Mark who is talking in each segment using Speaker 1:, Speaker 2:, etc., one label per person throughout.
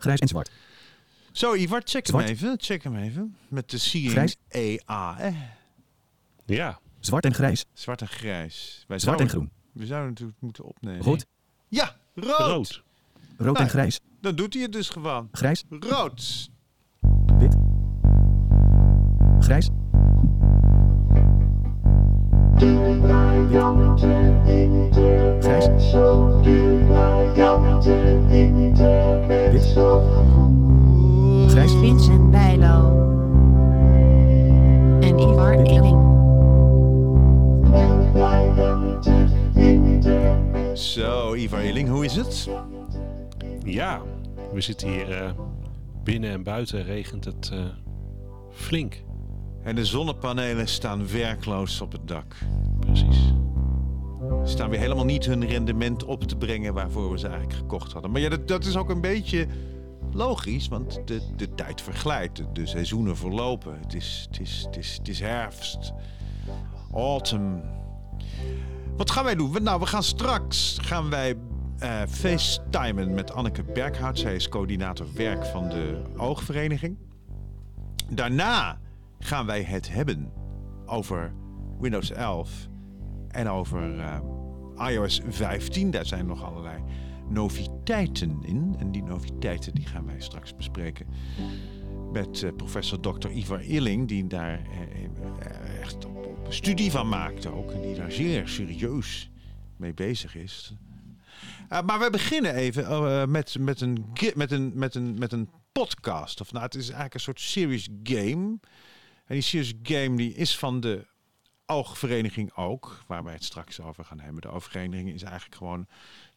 Speaker 1: grijs en zwart.
Speaker 2: Zo, Ivar, check hem even. Met de Seeing AI, hè?
Speaker 3: Ja.
Speaker 1: Zwart en grijs.
Speaker 2: Zwart en grijs.
Speaker 1: Zwart en groen.
Speaker 2: We zouden natuurlijk moeten opnemen.
Speaker 1: Rood.
Speaker 2: Ja, rood.
Speaker 1: Rood en grijs.
Speaker 2: Dan doet hij het dus gewoon.
Speaker 1: Grijs.
Speaker 2: Rood.
Speaker 1: Wit. Grijs. Grijs. Wit. Grijs.
Speaker 4: Vincent Bijlo en Ivar Illing.
Speaker 2: Zo, Ivar Illing, hoe is het?
Speaker 3: Ja, we zitten hier binnen en buiten regent het flink.
Speaker 2: En de zonnepanelen staan werkloos op het dak.
Speaker 3: Precies.
Speaker 2: Ze staan weer helemaal niet hun rendement op te brengen waarvoor we ze eigenlijk gekocht hadden. Maar ja, dat is ook een beetje logisch, want de tijd verglijdt. De seizoenen verlopen. Het is herfst. Autumn. Wat gaan wij doen? Nou, we gaan straks facetimen met Anneke Berghout. Zij is coördinator werk van de Oogvereniging. Daarna gaan wij het hebben over Windows 11 en over iOS 15. Daar zijn nog allerlei noviteiten in. En die noviteiten die gaan wij straks bespreken met professor Dr. Ivar Illing, die daar echt op studie van maakt ook. En die daar zeer serieus mee bezig is. Maar we beginnen even met een podcast. Of nou, het is eigenlijk een soort serious game. En die serious game die is van de Oogvereniging ook, waar wij het straks over gaan hebben. De Oogvereniging is eigenlijk gewoon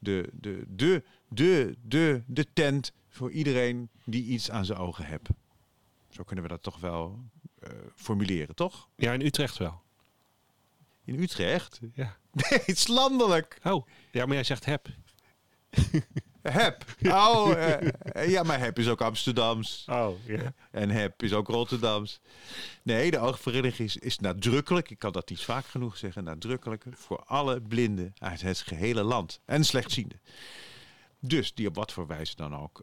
Speaker 2: de tent voor iedereen die iets aan zijn ogen heeft. Zo kunnen we dat toch wel formuleren, toch?
Speaker 3: Ja, in Utrecht wel.
Speaker 2: In Utrecht?
Speaker 3: Ja.
Speaker 2: Nee, het is landelijk.
Speaker 3: Oh, ja, maar jij zegt heb.
Speaker 2: Hep. Oh, ja, maar Hep is ook Amsterdams.
Speaker 3: Oh, ja.
Speaker 2: En Hep is ook Rotterdams. Nee, de Oogvereniging is nadrukkelijk, ik kan dat niet vaak genoeg zeggen, nadrukkelijk voor alle blinden uit het gehele land. En slechtzienden. Dus die op wat voor wijze dan ook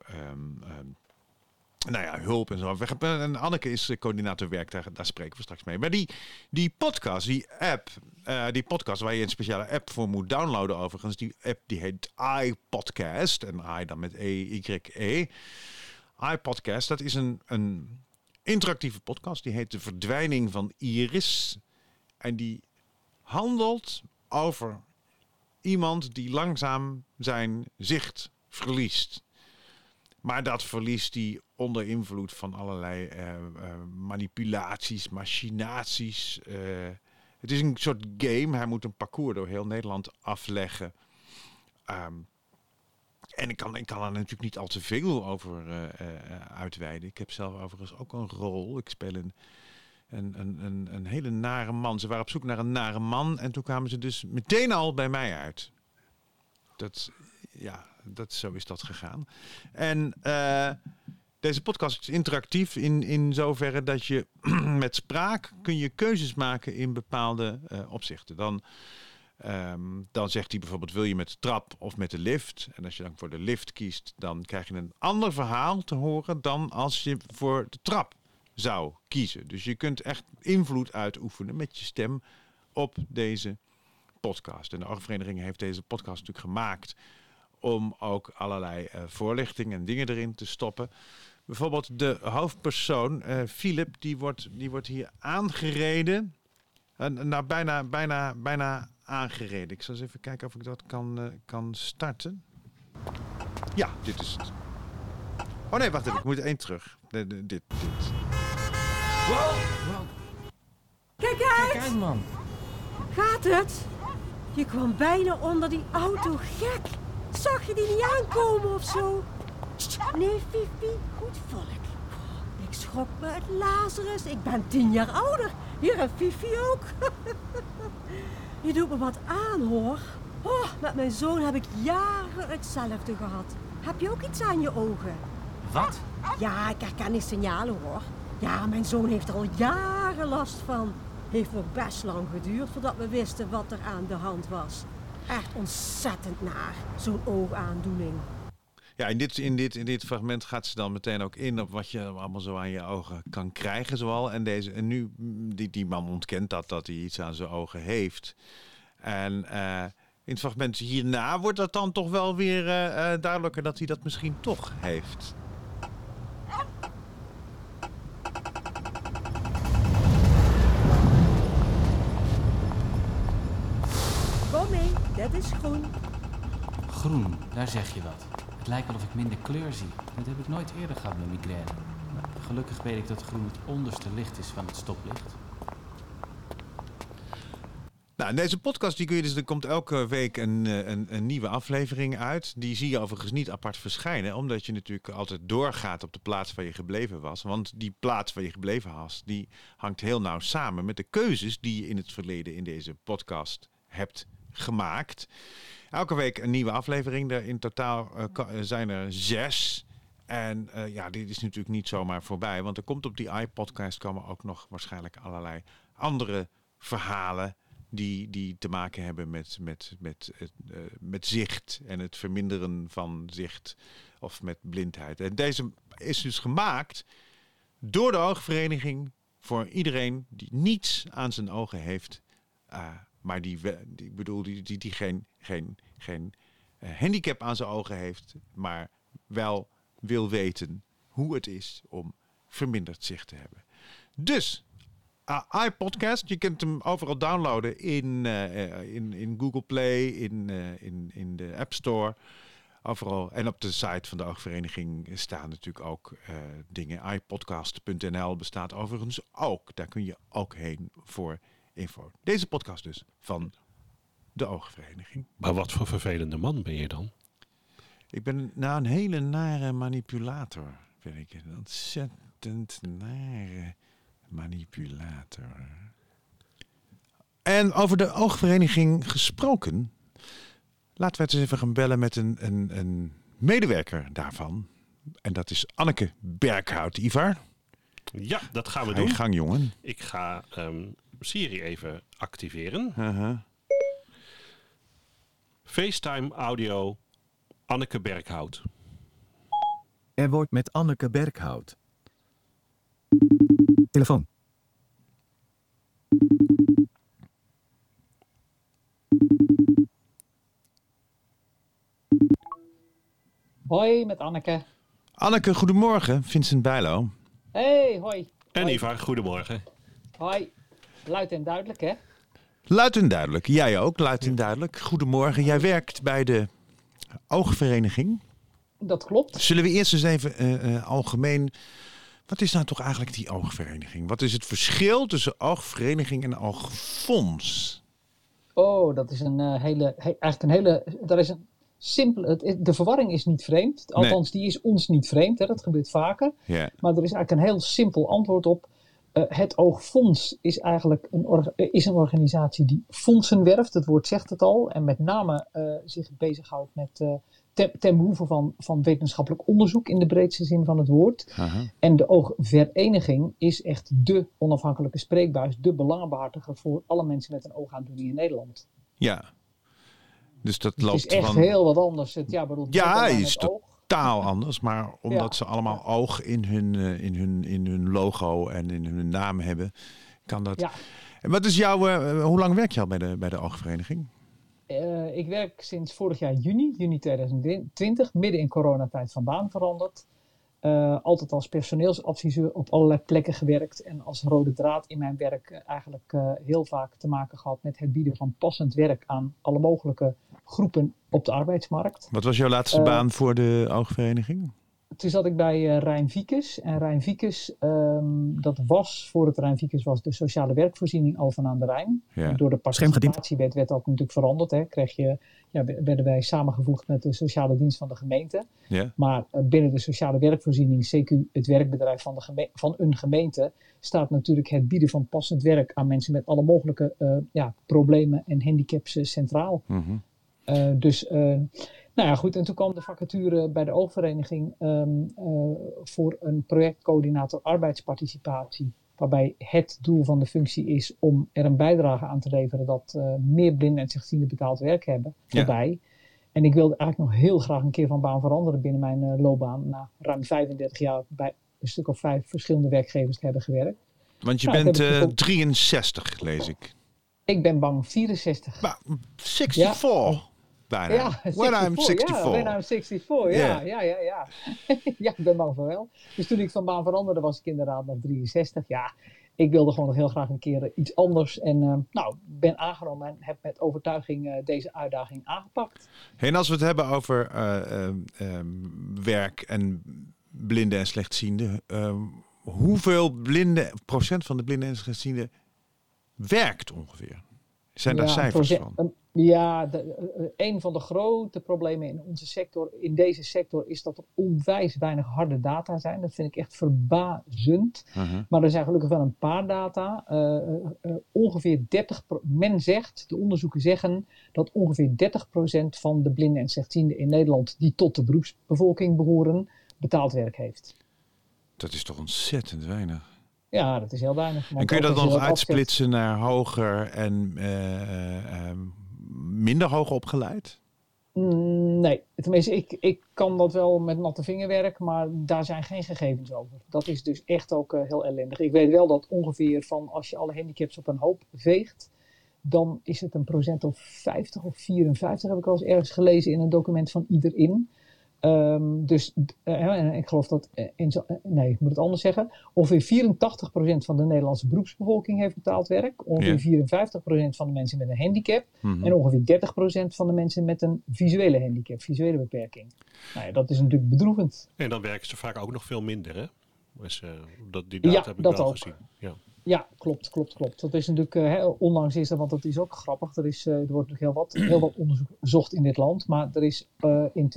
Speaker 2: hulp en zo. En Anneke is coördinator werk, daar spreken we straks mee. Maar die podcast, die podcast waar je een speciale app voor moet downloaden overigens. Die app die heet iPodcast. En I dan met E-Y-E. iPodcast, dat is een interactieve podcast. Die heet De Verdwijning van Iris. En die handelt over iemand die langzaam zijn zicht verliest. Maar dat verliest hij onder invloed van allerlei manipulaties, machinaties. Het is een soort game. Hij moet een parcours door heel Nederland afleggen. En ik kan er natuurlijk niet al te veel over uitweiden. Ik heb zelf overigens ook een rol. Ik speel een hele nare man. Ze waren op zoek naar een nare man. En toen kwamen ze dus meteen al bij mij uit. Zo is dat gegaan. En deze podcast is interactief in zoverre dat je met spraak kun je keuzes maken in bepaalde opzichten. Dan zegt hij bijvoorbeeld, wil je met de trap of met de lift? En als je dan voor de lift kiest, dan krijg je een ander verhaal te horen dan als je voor de trap zou kiezen. Dus je kunt echt invloed uitoefenen met je stem op deze podcast. En de Oogvereniging heeft deze podcast natuurlijk gemaakt om ook allerlei voorlichting en dingen erin te stoppen. Bijvoorbeeld de hoofdpersoon, Philip, die wordt hier aangereden. Bijna aangereden. Ik zal eens even kijken of ik dat kan starten. Ja, dit is het. Oh nee, wacht even. Ik moet één terug. Dit.
Speaker 5: Wow.
Speaker 6: Kijk uit!
Speaker 5: Kijk uit, man.
Speaker 6: Gaat het? Je kwam bijna onder die auto. Gek! Zag je die niet aankomen of zo? Nee, Fifi, goed volk. Ik schrok me het Lazarus. Ik ben 10 jaar ouder. Hier en Fifi ook. Je doet me wat aan, hoor. Oh, met mijn zoon heb ik jaren hetzelfde gehad. Heb je ook iets aan je ogen?
Speaker 5: Wat?
Speaker 6: Ja, ik herken die signalen, hoor. Ja, mijn zoon heeft er al jaren last van. Heeft nog best lang geduurd voordat we wisten wat er aan de hand was. Echt ontzettend naar, zo'n oogaandoening.
Speaker 2: Ja, in dit fragment gaat ze dan meteen ook in op wat je allemaal zo aan je ogen kan krijgen zoal. En nu, die man ontkent dat hij iets aan zijn ogen heeft. En in het fragment hierna wordt dat dan toch wel weer duidelijker dat hij dat misschien toch heeft.
Speaker 6: Kom mee, dat is groen.
Speaker 5: Groen, daar zeg je wat. Het lijkt wel of ik minder kleur zie. Dat heb ik nooit eerder gehad met migraine. Maar gelukkig weet ik dat groen het onderste licht is van het stoplicht.
Speaker 2: Nou, in deze podcast die kun je dus, er komt elke week een nieuwe aflevering uit. Die zie je overigens niet apart verschijnen, omdat je natuurlijk altijd doorgaat op de plaats waar je gebleven was. Want die plaats waar je gebleven was, die hangt heel nauw samen met de keuzes die je in het verleden in deze podcast hebt gemaakt. Elke week een nieuwe aflevering. In totaal zijn er 6. En dit is natuurlijk niet zomaar voorbij. Want er komt op die iPodcast komen ook nog waarschijnlijk allerlei andere verhalen die te maken hebben met zicht en het verminderen van zicht of met blindheid. En deze is dus gemaakt door de Oogvereniging voor iedereen die niets aan zijn ogen heeft, maar die geen handicap aan zijn ogen heeft, maar wel wil weten hoe het is om verminderd zicht te hebben. Dus iPodcast, je kunt hem overal downloaden in Google Play, in de App Store, overal. En op de site van de Oogvereniging staan natuurlijk ook dingen. iPodcast.nl bestaat overigens ook. Daar kun je ook heen voor info. Deze podcast dus van de Oogvereniging.
Speaker 3: Maar wat voor vervelende man ben je dan?
Speaker 2: Ik ben een hele nare manipulator. Ben ik een ontzettend nare manipulator. En over de Oogvereniging gesproken, laten we het eens even gaan bellen met een medewerker daarvan. En dat is Anneke Berkhout. Ivar?
Speaker 3: Ja, dat gaan we
Speaker 2: Ga je
Speaker 3: doen.
Speaker 2: gang, jongen.
Speaker 3: Ik ga Siri even activeren.
Speaker 2: Uh-huh.
Speaker 3: FaceTime audio Anneke Berkhout.
Speaker 1: Er wordt met Anneke Berkhout. Telefoon.
Speaker 7: Hoi, met Anneke.
Speaker 2: Anneke, goedemorgen. Vincent Bijlo.
Speaker 7: Hey, hoi.
Speaker 3: En
Speaker 7: Hoi.
Speaker 3: Ivar, goedemorgen.
Speaker 7: Hoi. Luid en duidelijk, hè?
Speaker 2: Luid en duidelijk. Jij ook, luid en duidelijk. Goedemorgen. Jij werkt bij de Oogvereniging.
Speaker 7: Dat klopt.
Speaker 2: Zullen we eerst eens even algemeen... Wat is nou toch eigenlijk die Oogvereniging? Wat is het verschil tussen Oogvereniging en Oogfonds?
Speaker 7: Oh, dat is dat is een simpele... De verwarring is niet vreemd. Althans, die is ons niet vreemd. Hè? Dat gebeurt vaker.
Speaker 2: Ja.
Speaker 7: Maar er is eigenlijk een heel simpel antwoord op. Het Oogfonds is eigenlijk een organisatie die fondsen werft. Het woord zegt het al. En met name zich bezighoudt met... ten behoeve van wetenschappelijk onderzoek in de breedste zin van het woord.
Speaker 2: Uh-huh.
Speaker 7: En de Oogvereniging is echt dé onafhankelijke spreekbuis, de belangenbehartiger voor alle mensen met een oogaandoening in Nederland.
Speaker 2: Ja. Dus dat
Speaker 7: Het
Speaker 2: loopt
Speaker 7: is echt
Speaker 2: van...
Speaker 7: heel wat anders. Het
Speaker 2: is totaal anders. Maar omdat ze allemaal oog in hun logo en in hun naam hebben, kan dat...
Speaker 7: Ja.
Speaker 2: En wat is hoe lang werk je al bij de Oogvereniging?
Speaker 7: Ik werk sinds vorig jaar juni 2020, midden in coronatijd van baan veranderd. Altijd als personeelsadviseur op allerlei plekken gewerkt. En als rode draad in mijn werk eigenlijk heel vaak te maken gehad met het bieden van passend werk aan alle mogelijke groepen op de arbeidsmarkt.
Speaker 2: Wat was jouw laatste baan voor de Oogvereniging?
Speaker 7: Toen zat ik bij Rijn Viekes. En Rijn Viekes, voor het Rijn Viekes was de sociale werkvoorziening Alphen aan de Rijn.
Speaker 2: Ja.
Speaker 7: Door de participatiewet werd dat natuurlijk veranderd. Hè. Werden wij samengevoegd met de sociale dienst van de gemeente.
Speaker 2: Ja.
Speaker 7: Maar binnen de sociale werkvoorziening, CQ, het werkbedrijf van een gemeente, staat natuurlijk het bieden van passend werk aan mensen met alle mogelijke problemen en handicaps centraal.
Speaker 2: Mm-hmm.
Speaker 7: Goed, en toen kwam de vacature bij de Oogvereniging voor een projectcoördinator arbeidsparticipatie, waarbij het doel van de functie is om er een bijdrage aan te leveren dat meer blinden en slechtzienden betaald werk hebben voorbij. En ik wilde eigenlijk nog heel graag een keer van baan veranderen binnen mijn loopbaan. Na ruim 35 jaar bij een stuk of 5 verschillende werkgevers te hebben gewerkt.
Speaker 2: Want je
Speaker 7: Nou,
Speaker 2: bent
Speaker 7: dat heb ik ook-
Speaker 2: 63, lees ik.
Speaker 7: Ik ben bang 64.
Speaker 2: Maar 64 bijna.
Speaker 7: Ja,
Speaker 2: When I'm 64.
Speaker 7: Ja, when I'm 64. Ja. Ja, ik ben bang van wel. Dus toen ik van baan veranderde was ik inderdaad nog 63. Ja, ik wilde gewoon nog heel graag een keer iets anders. En ben aangenomen en heb met overtuiging deze uitdaging aangepakt.
Speaker 2: Hey, en als we het hebben over werk en blinden en slechtzienden. Hoeveel procent van de blinden en slechtzienden werkt ongeveer? Zijn daar cijfers van?
Speaker 7: Een van de grote problemen in onze sector, in deze sector, is dat er onwijs weinig harde data zijn. Dat vind ik echt verbazend. Maar er zijn gelukkig wel een paar data. Ongeveer 30%, de onderzoeken zeggen dat ongeveer 30% van de blinden en slechtzienden in Nederland die tot de beroepsbevolking behoren, betaald werk heeft.
Speaker 2: Dat is toch ontzettend weinig.
Speaker 7: Ja, dat is heel weinig.
Speaker 2: En kun je dat dan nog uitsplitsen naar hoger en minder hoog opgeleid?
Speaker 7: Nee, tenminste, ik kan dat wel met natte vingerwerk, maar daar zijn geen gegevens over. Dat is dus echt ook heel ellendig. Ik weet wel dat ongeveer van als je alle handicaps op een hoop veegt, dan is het een procent of 50 of 54, heb ik al eens ergens gelezen in een document van iedereen. Ik geloof dat, ik moet het anders zeggen. Ongeveer 84% van de Nederlandse beroepsbevolking heeft betaald werk. Ongeveer 54% van de mensen met een handicap. En ongeveer 30% van de mensen met een visuele handicap, visuele beperking. Nou ja, dat is natuurlijk bedroevend.
Speaker 3: En dan werken ze vaak ook nog veel minder, hè? Dus, die data heb ik wel gezien.
Speaker 7: Ja, klopt. Dat is natuurlijk, onlangs is er, want dat is ook grappig, er wordt natuurlijk heel wat onderzoek gezocht in dit land. Maar er is in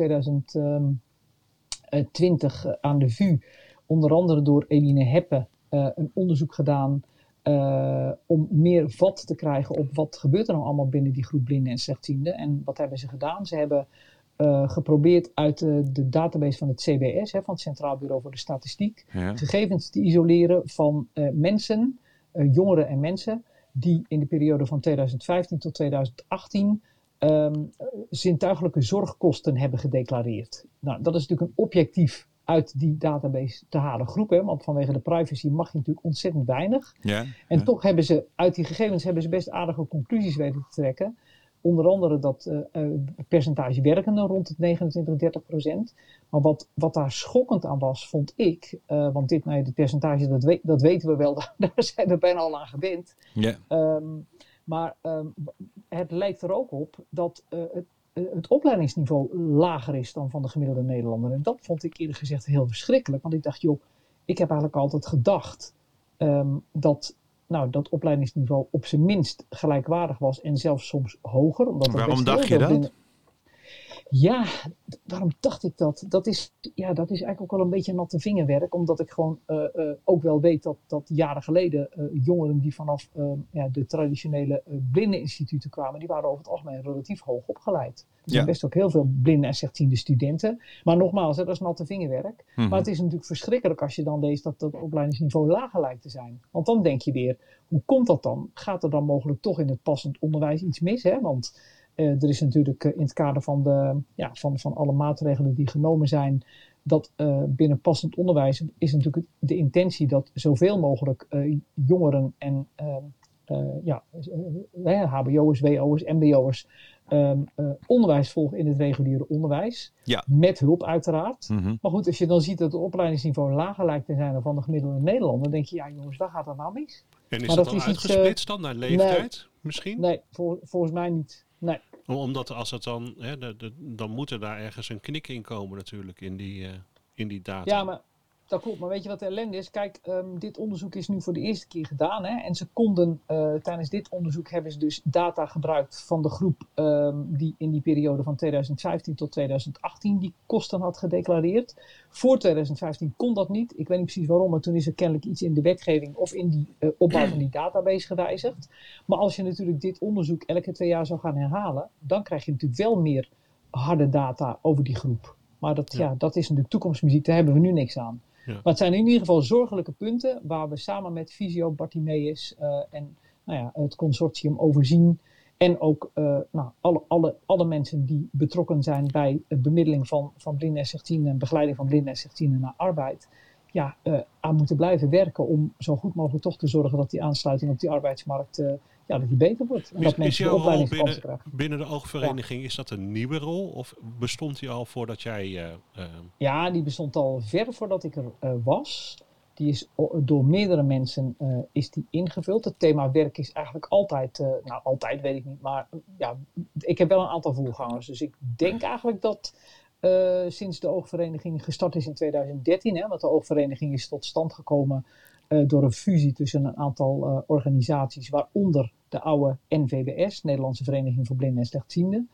Speaker 7: 2020 aan de VU, onder andere door Eline Heppe, een onderzoek gedaan om meer vat te krijgen op wat gebeurt er nou allemaal binnen die groep blinden en slechtzienden. En wat hebben ze gedaan? Ze hebben geprobeerd uit de database van het CBS, van het Centraal Bureau voor de Statistiek, gegevens te isoleren van mensen, jongeren en mensen, die in de periode van 2015 tot 2018 zintuigelijke zorgkosten hebben gedeclareerd. Nou, dat is natuurlijk een objectief uit die database te halen groep, want vanwege de privacy mag je natuurlijk ontzettend weinig. Toch hebben ze uit die gegevens best aardige conclusies weten te trekken. Onder andere dat percentage werkenden rond het 29-30%. Maar wat daar schokkend aan was, vond ik, want de percentage, dat weten we wel, daar zijn we bijna al aan gewend. Maar het lijkt er ook op dat het opleidingsniveau lager is dan van de gemiddelde Nederlander. En dat vond ik eerlijk gezegd heel verschrikkelijk. Want ik dacht, ik heb eigenlijk altijd gedacht dat opleidingsniveau op zijn minst gelijkwaardig was en zelfs soms hoger.
Speaker 2: Waarom dacht je dat?
Speaker 7: Ja, waarom dacht ik dat? Dat is eigenlijk ook wel een beetje natte vingerwerk, omdat ik gewoon ook wel weet dat jaren geleden jongeren die vanaf de traditionele blindeninstituten kwamen, die waren over het algemeen relatief hoog opgeleid. Er zijn best ook heel veel blinde en slechtziende studenten. Maar nogmaals, dat is natte vingerwerk. Maar het is natuurlijk verschrikkelijk als je dan leest dat het opleidingsniveau lager lijkt te zijn. Want dan denk je weer, hoe komt dat dan? Gaat er dan mogelijk toch in het passend onderwijs iets mis? Hè? Want er is natuurlijk in het kader van alle maatregelen die genomen zijn, dat binnen passend onderwijs is natuurlijk de intentie dat zoveel mogelijk jongeren en hbo'ers, wo'ers, mbo'ers onderwijs volgen in het reguliere onderwijs. Met hulp uiteraard. Maar goed, als je dan ziet dat het opleidingsniveau lager lijkt te zijn dan van de gemiddelde Nederlander, dan denk je, ja jongens, waar gaat dat nou mis?
Speaker 3: En is dat dan uitgesplitst dan naar leeftijd misschien?
Speaker 7: Nee, volgens mij niet. Nee.
Speaker 3: Omdat als het dan, dan moet er daar ergens een knik in komen natuurlijk in die data.
Speaker 7: Ja, maar dat klopt. Maar weet je wat de ellende is? Kijk, dit onderzoek is nu voor de eerste keer gedaan. En ze konden, tijdens dit onderzoek hebben ze dus data gebruikt van de groep die in die periode van 2015 tot 2018 die kosten had gedeclareerd. Voor 2015 kon dat niet. Ik weet niet precies waarom, maar toen is er kennelijk iets in de wetgeving of in die opbouw van die database gewijzigd. Maar als je natuurlijk dit onderzoek elke 2 jaar zou gaan herhalen, dan krijg je natuurlijk wel meer harde data over die groep. Maar dat is natuurlijk toekomstmuziek, daar hebben we nu niks aan. Ja. Maar het zijn in ieder geval zorgelijke punten waar we samen met Visio, Bartimeus en het consortium overzien. En ook alle mensen die betrokken zijn bij bemiddeling van blinden en slechtzienden en begeleiding van blinden en slechtzienden naar arbeid, aan moeten blijven werken om zo goed mogelijk toch te zorgen dat die aansluiting op die arbeidsmarkt dat die beter wordt. En dat
Speaker 3: Is
Speaker 7: mensen de
Speaker 3: jouw rol
Speaker 7: opleidingskansen krijgen.
Speaker 3: binnen de oogvereniging, is dat een nieuwe rol? Of bestond die al voordat jij...
Speaker 7: Ja, die bestond al ver voordat ik er was. Die is door meerdere mensen is die ingevuld. Het thema werk is eigenlijk altijd, altijd weet ik niet, maar ik heb wel een aantal voorgangers. Dus ik denk eigenlijk dat sinds de oogvereniging gestart is in 2013, want de oogvereniging is tot stand gekomen door een fusie tussen een aantal organisaties, waaronder de oude NVBS, Nederlandse Vereniging voor Blinden en Slechtzienden.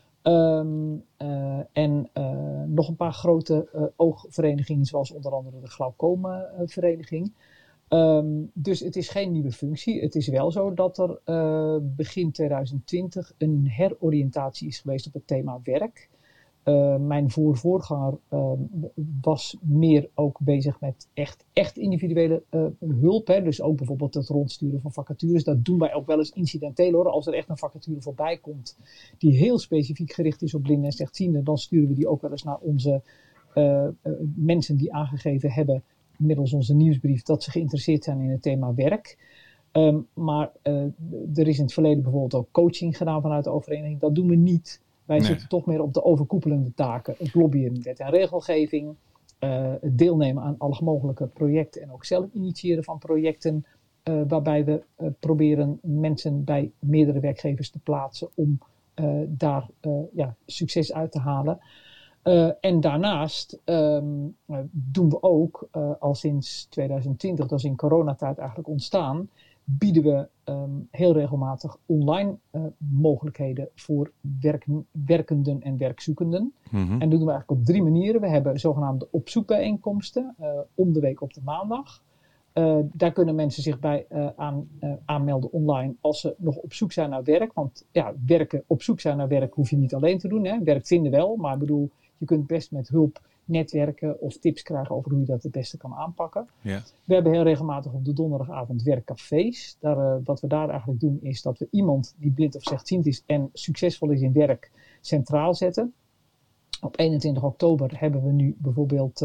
Speaker 7: En nog een paar grote oogverenigingen, zoals onder andere de Glaucoomvereniging. Dus het is geen nieuwe functie. Het is wel zo dat er begin 2020 een heroriëntatie is geweest op het thema werk. Mijn voorganger was meer ook bezig met echt individuele hulp. Hè. Dus ook bijvoorbeeld het rondsturen van vacatures. Dat doen wij ook wel eens incidenteel hoor. Als er echt een vacature voorbij komt die heel specifiek gericht is op blinden en slechtzienden, dan sturen we die ook wel eens naar onze mensen die aangegeven hebben middels onze nieuwsbrief dat ze geïnteresseerd zijn in het thema werk. Maar er is in het verleden bijvoorbeeld ook coaching gedaan vanuit de oogvereniging. Dat doen we niet. Wij zitten toch meer op de overkoepelende taken. Het lobbyen, wet en regelgeving. Het deelnemen aan alle mogelijke projecten. En ook zelf initiëren van projecten. Waarbij we proberen mensen bij meerdere werkgevers te plaatsen. Om daar succes uit te halen. En daarnaast doen we ook al sinds 2020, dat is in coronatijd eigenlijk ontstaan, bieden we heel regelmatig online mogelijkheden voor werkenden en werkzoekenden.
Speaker 2: Mhm.
Speaker 7: En dat doen we eigenlijk op 3 manieren. We hebben zogenaamde opzoekbijeenkomsten om de week op de maandag. Daar kunnen mensen zich bij aanmelden online als ze nog op zoek zijn naar werk. Want op zoek zijn naar werk hoef je niet alleen te doen. Hè. Werk vinden wel, maar ik bedoel, je kunt best met hulp netwerken of tips krijgen over hoe je dat het beste kan aanpakken.
Speaker 2: Ja.
Speaker 7: We hebben heel regelmatig op de donderdagavond werkcafés. Wat we daar eigenlijk doen is dat we iemand die blind of slechtziend is en succesvol is in werk centraal zetten. Op 21 oktober hebben we nu bijvoorbeeld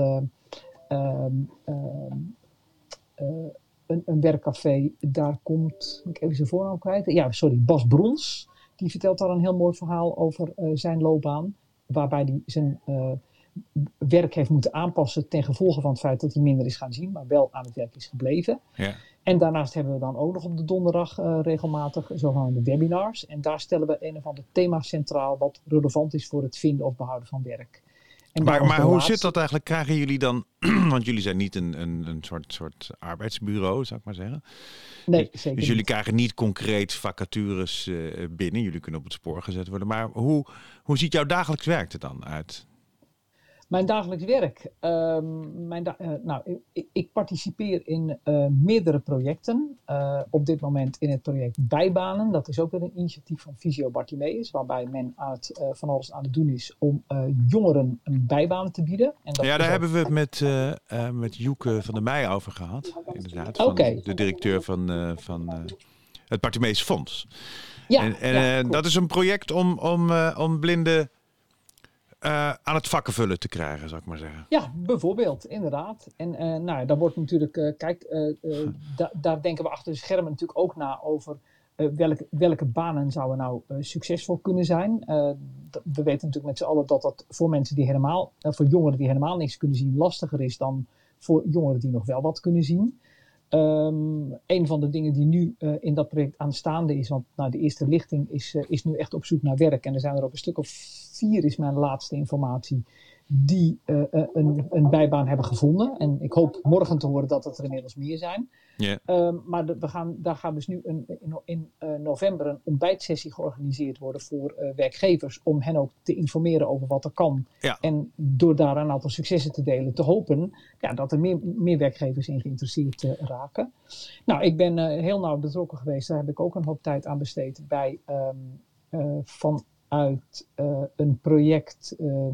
Speaker 7: een werkcafé. Daar komt, moet ik even zijn voornaam kwijt. Bas Brons. Die vertelt daar een heel mooi verhaal over zijn loopbaan. Waarbij hij zijn werk heeft moeten aanpassen ten gevolge van het feit dat hij minder is gaan zien, maar wel aan het werk is gebleven.
Speaker 2: Ja.
Speaker 7: En daarnaast hebben we dan ook nog op de donderdag regelmatig zogenaamde webinars. En daar stellen we een of ander thema centraal wat relevant is voor het vinden of behouden van werk. En
Speaker 2: Maar hoe zit dat eigenlijk? Krijgen jullie dan, want jullie zijn niet een soort arbeidsbureau, zou ik maar zeggen.
Speaker 7: Nee, zeker
Speaker 2: Dus jullie
Speaker 7: niet.
Speaker 2: krijgen niet concreet vacatures binnen. Jullie kunnen op het spoor gezet worden. Maar hoe ziet jouw dagelijks werk er dan uit?
Speaker 7: Mijn dagelijks werk. Ik participeer in meerdere projecten. Op dit moment in het project Bijbanen. Dat is ook weer een initiatief van Visio Bartimeus. Waarbij men van alles aan het doen is om jongeren een bijbaan te bieden. En dat
Speaker 2: Daar hebben we het met Joeke van der Meij over gehad. Inderdaad, van de directeur van het Bartimeus Fonds.
Speaker 7: Ja,
Speaker 2: dat is een project om blinden aan het vakkenvullen te krijgen, zou ik maar zeggen.
Speaker 7: Ja, bijvoorbeeld, inderdaad. En daar wordt natuurlijk, daar denken we achter de schermen natuurlijk ook na over welke banen zouden nou succesvol kunnen zijn. We weten natuurlijk met z'n allen dat dat voor mensen die voor jongeren die helemaal niks kunnen zien, lastiger is dan voor jongeren die nog wel wat kunnen zien. Een van de dingen die nu in dat project aanstaande is, want de eerste lichting is nu echt op zoek naar werk. En er zijn er ook een stuk of 4, is mijn laatste informatie, die een bijbaan hebben gevonden. En ik hoop morgen te horen dat het er inmiddels meer zijn.
Speaker 2: Yeah.
Speaker 7: Maar daar gaat dus nu in november een ontbijtsessie georganiseerd worden voor werkgevers. Om hen ook te informeren over wat er kan.
Speaker 2: Ja.
Speaker 7: En door daar een aantal successen te delen, te hopen dat er meer werkgevers in geïnteresseerd raken. Nou, ik ben heel nauw betrokken geweest. Daar heb ik ook een hoop tijd aan besteed bij vanuit een project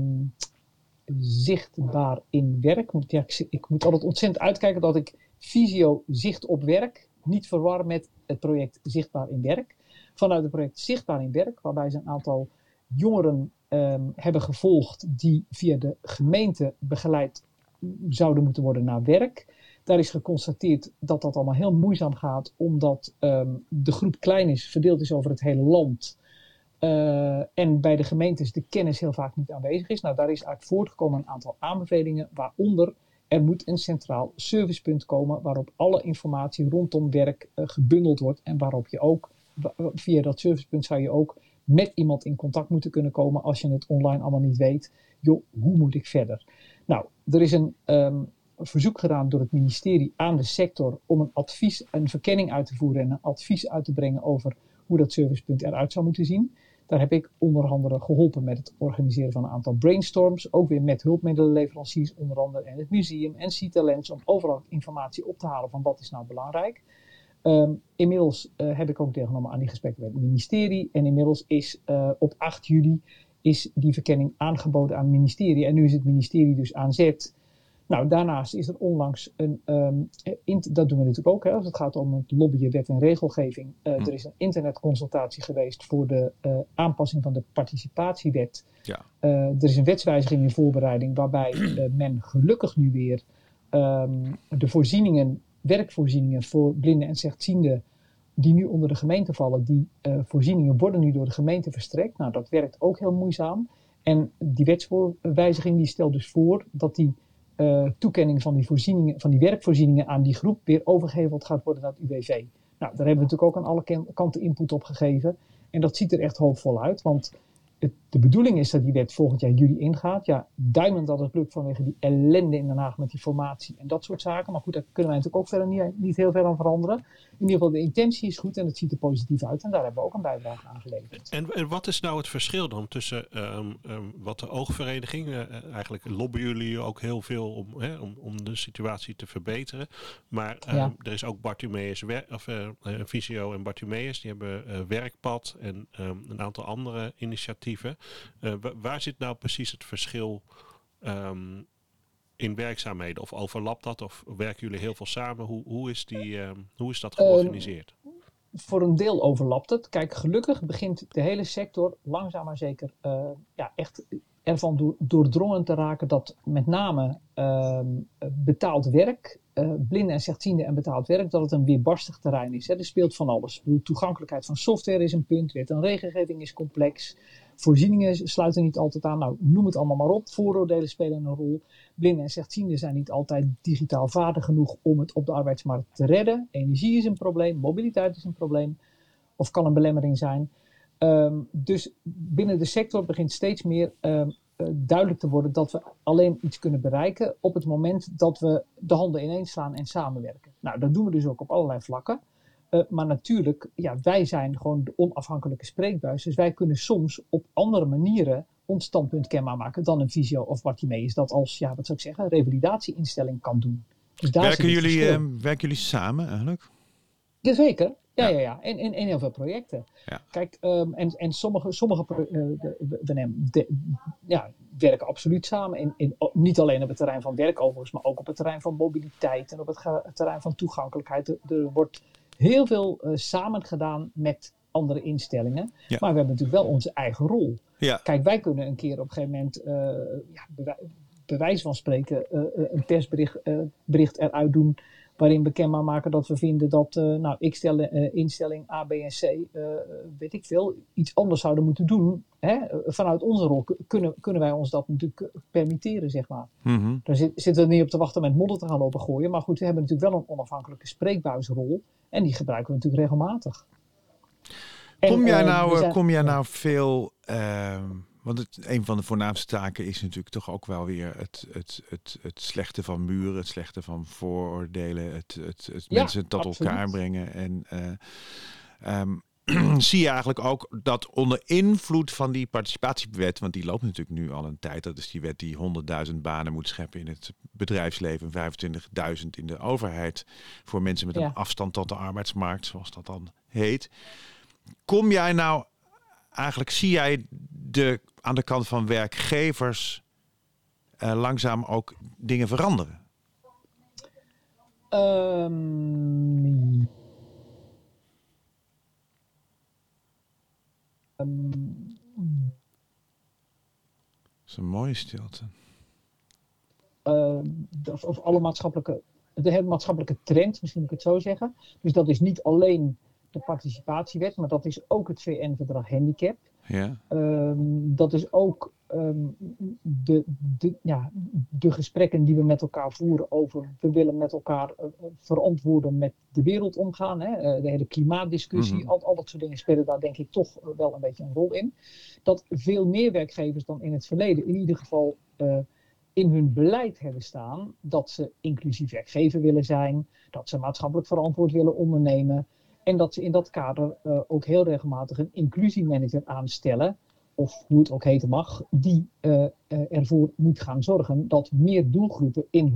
Speaker 7: Zichtbaar in Werk. Ik moet altijd ontzettend uitkijken dat ik Visio Zicht op Werk niet verwar met het project Zichtbaar in Werk. vanuit het project Zichtbaar in Werk, waarbij ze een aantal jongeren hebben gevolgd die via de gemeente begeleid zouden moeten worden naar werk. Daar is geconstateerd dat dat allemaal heel moeizaam gaat, omdat de groep klein is, verdeeld is over het hele land. En bij de gemeentes de kennis heel vaak niet aanwezig is. Nou, daar is uit voortgekomen een aantal aanbevelingen, waaronder er moet een centraal servicepunt komen waarop alle informatie rondom werk gebundeld wordt en waarop je ook, via dat servicepunt zou je ook met iemand in contact moeten kunnen komen als je het online allemaal niet weet. Joh, hoe moet ik verder? Nou, er is een verzoek gedaan door het ministerie aan de sector om een verkenning uit te voeren en een advies uit te brengen over hoe dat servicepunt eruit zou moeten zien. Daar heb ik onder andere geholpen met het organiseren van een aantal brainstorms. Ook weer met hulpmiddelenleveranciers, onder andere en het museum en CityLens, om overal informatie op te halen van wat is nou belangrijk. Inmiddels heb ik ook deelgenomen aan die gesprekken met het ministerie. En inmiddels is op 8 juli is die verkenning aangeboden aan het ministerie. En nu is het ministerie dus aan zet. Nou, daarnaast is er onlangs dat doen we natuurlijk ook, hè, als het gaat om het lobbyen, wet en regelgeving. Er is een internetconsultatie geweest voor de aanpassing van de participatiewet.
Speaker 2: Ja.
Speaker 7: Er is een wetswijziging in voorbereiding waarbij men gelukkig nu weer de werkvoorzieningen voor blinden en slechtzienden die nu onder de gemeente vallen, die voorzieningen worden nu door de gemeente verstrekt. Nou, dat werkt ook heel moeizaam. En die wetswijziging die stelt dus voor dat die toekenning van die werkvoorzieningen aan die groep weer overgeheveld gaat worden naar het UWV. Nou, daar hebben we natuurlijk ook aan alle kanten input op gegeven. En dat ziet er echt hoopvol uit, want de bedoeling is dat die wet volgend jaar juli ingaat. Ja, duimend dat het lukt vanwege die ellende in Den Haag met die formatie en dat soort zaken. Maar goed, daar kunnen wij natuurlijk ook verder niet heel veel aan veranderen. In ieder geval, de intentie is goed en het ziet er positief uit. En daar hebben we ook een bijdrage aan geleverd.
Speaker 3: En wat is nou het verschil dan tussen wat de oogvereniging... eigenlijk lobbyen jullie ook heel veel om de situatie te verbeteren. Maar er is ook Bartimeus, Visio en Bartimeus. Die hebben Werkpad en een aantal andere initiatieven. Waar zit nou precies het verschil in werkzaamheden? Of overlapt dat? Of werken jullie heel veel samen? Hoe is dat georganiseerd?
Speaker 7: Voor een deel overlapt het. Kijk, gelukkig begint de hele sector langzaam maar zeker echt ervan doordrongen te raken dat met name betaald werk, blinden en slechtzienden en betaald werk, dat het een weerbarstig terrein is. Hè. Er speelt van alles. Ik bedoel, toegankelijkheid van software is een punt, wet en regelgeving is complex, voorzieningen sluiten niet altijd aan. Nou, noem het allemaal maar op. Vooroordelen spelen een rol. Blinden en slechtzienden zijn niet altijd digitaal vaardig genoeg om het op de arbeidsmarkt te redden. Energie is een probleem, mobiliteit is een probleem, of kan een belemmering zijn. Dus binnen de sector begint steeds meer duidelijk te worden dat we alleen iets kunnen bereiken op het moment dat we de handen ineens slaan en samenwerken. Nou, dat doen we dus ook op allerlei vlakken. Maar natuurlijk, wij zijn gewoon de onafhankelijke spreekbuis. Dus wij kunnen soms op andere manieren ons standpunt kenbaar maken dan een Visio of Bartimeus dat als, wat zou ik zeggen, revalidatieinstelling kan doen. Dus daar
Speaker 2: werken jullie samen eigenlijk?
Speaker 7: Jazeker. Ja. En heel veel projecten.
Speaker 2: Ja.
Speaker 7: Kijk, en sommige werken absoluut samen. Niet alleen op het terrein van werk overigens, maar ook op het terrein van mobiliteit en op het terrein van toegankelijkheid. Er wordt heel veel samen gedaan met andere instellingen. Ja. Maar we hebben natuurlijk wel onze eigen rol. Ja. Kijk, wij kunnen een keer op een gegeven moment, bij wijze van spreken, een persbericht eruit doen waarin we kenbaar maken dat we vinden dat instelling A, B en C, weet ik veel, iets anders zouden moeten doen. Hè? Vanuit onze rol kunnen wij ons dat natuurlijk permitteren, zeg maar. Mm-hmm. Daar zitten we niet op te wachten met modder te gaan lopen gooien. Maar goed, we hebben natuurlijk wel een onafhankelijke spreekbuisrol. En die gebruiken we natuurlijk regelmatig.
Speaker 2: Kom jij nou veel... Want een van de voornaamste taken is natuurlijk toch ook wel weer het slechte van muren, het slechte van vooroordelen, het mensen tot elkaar brengen. En zie je eigenlijk ook dat onder invloed van die participatiewet, want die loopt natuurlijk nu al een tijd, dat is die wet die 100.000 banen moet scheppen in het bedrijfsleven, 25.000 in de overheid voor mensen met een afstand tot de arbeidsmarkt, zoals dat dan heet. Kom jij nou... Eigenlijk zie jij aan de kant van werkgevers langzaam ook dingen veranderen? Dat is een mooie stilte.
Speaker 7: Of alle de hele maatschappelijke trend, misschien moet ik het zo zeggen. Dus dat is niet alleen de participatiewet, maar dat is ook het VN-verdrag handicap.
Speaker 2: Ja.
Speaker 7: Dat is ook de gesprekken die we met elkaar voeren over, we willen met elkaar verantwoorden met de wereld omgaan. Hè? De hele klimaatdiscussie, al dat soort dingen spelen daar denk ik toch wel een beetje een rol in. Dat veel meer werkgevers dan in het verleden in ieder geval in hun beleid hebben staan dat ze inclusief werkgever willen zijn, dat ze maatschappelijk verantwoord willen ondernemen en dat ze in dat kader ook heel regelmatig een inclusiemanager aanstellen, of hoe het ook heten mag, die ervoor moet gaan zorgen dat meer doelgroepen in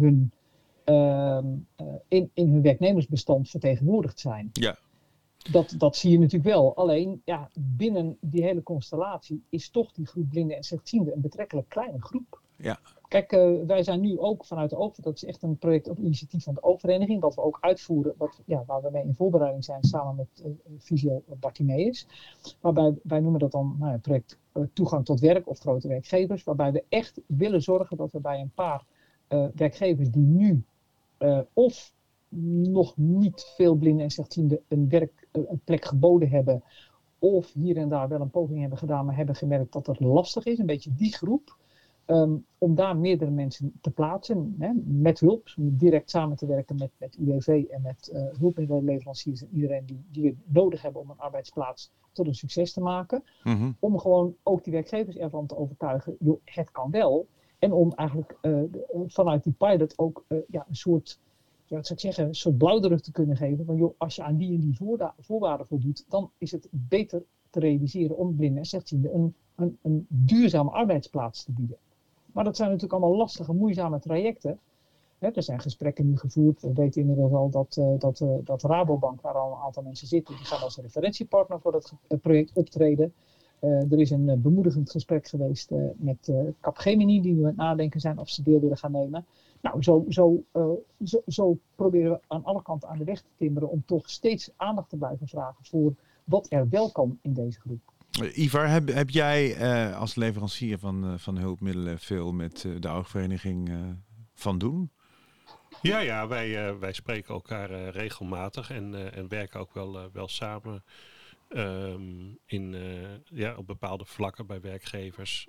Speaker 7: hun werknemersbestand vertegenwoordigd zijn.
Speaker 2: Ja.
Speaker 7: Dat zie je natuurlijk wel. Alleen binnen die hele constellatie is toch die groep blinden en slechtzienden een betrekkelijk kleine groep.
Speaker 2: Ja.
Speaker 7: Kijk, wij zijn nu ook vanuit de Oog, dat is echt een project op initiatief van de Oogvereniging, wat we ook uitvoeren, waar we mee in voorbereiding zijn samen met Visio Bartimeus. Waarbij wij noemen dat dan het project Toegang tot Werk of Grote Werkgevers, waarbij we echt willen zorgen dat we bij een paar werkgevers die nu of nog niet veel blinden en slechtzienden een plek geboden hebben, of hier en daar wel een poging hebben gedaan, maar hebben gemerkt dat het lastig is, een beetje die groep. Om daar meerdere mensen te plaatsen, met hulp, direct samen te werken met UWV en met hulpmiddelenleveranciers en iedereen die we nodig hebben om een arbeidsplaats tot een succes te maken.
Speaker 2: Mm-hmm.
Speaker 7: Om gewoon ook die werkgevers ervan te overtuigen, joh, het kan wel. En om eigenlijk vanuit die pilot ook een soort, een soort blauwdruk te kunnen geven van, joh, als je aan die en die voorwaarden voldoet, dan is het beter te realiseren om blinden en slechtzienden een duurzame arbeidsplaats te bieden. Maar dat zijn natuurlijk allemaal lastige, moeizame trajecten. Er zijn gesprekken nu gevoerd. We weten inmiddels al dat Rabobank, waar al een aantal mensen zitten, die gaan als referentiepartner voor het project optreden. Er is een bemoedigend gesprek geweest met Capgemini, die nu aan het nadenken zijn of ze deel willen gaan nemen. Nou, zo proberen we aan alle kanten aan de weg te timmeren om toch steeds aandacht te blijven vragen voor wat er wel kan in deze groep.
Speaker 2: Ivar, heb jij als leverancier van hulpmiddelen veel met de oogvereniging van doen?
Speaker 3: Ja, wij spreken elkaar regelmatig en werken ook wel samen op bepaalde vlakken bij werkgevers.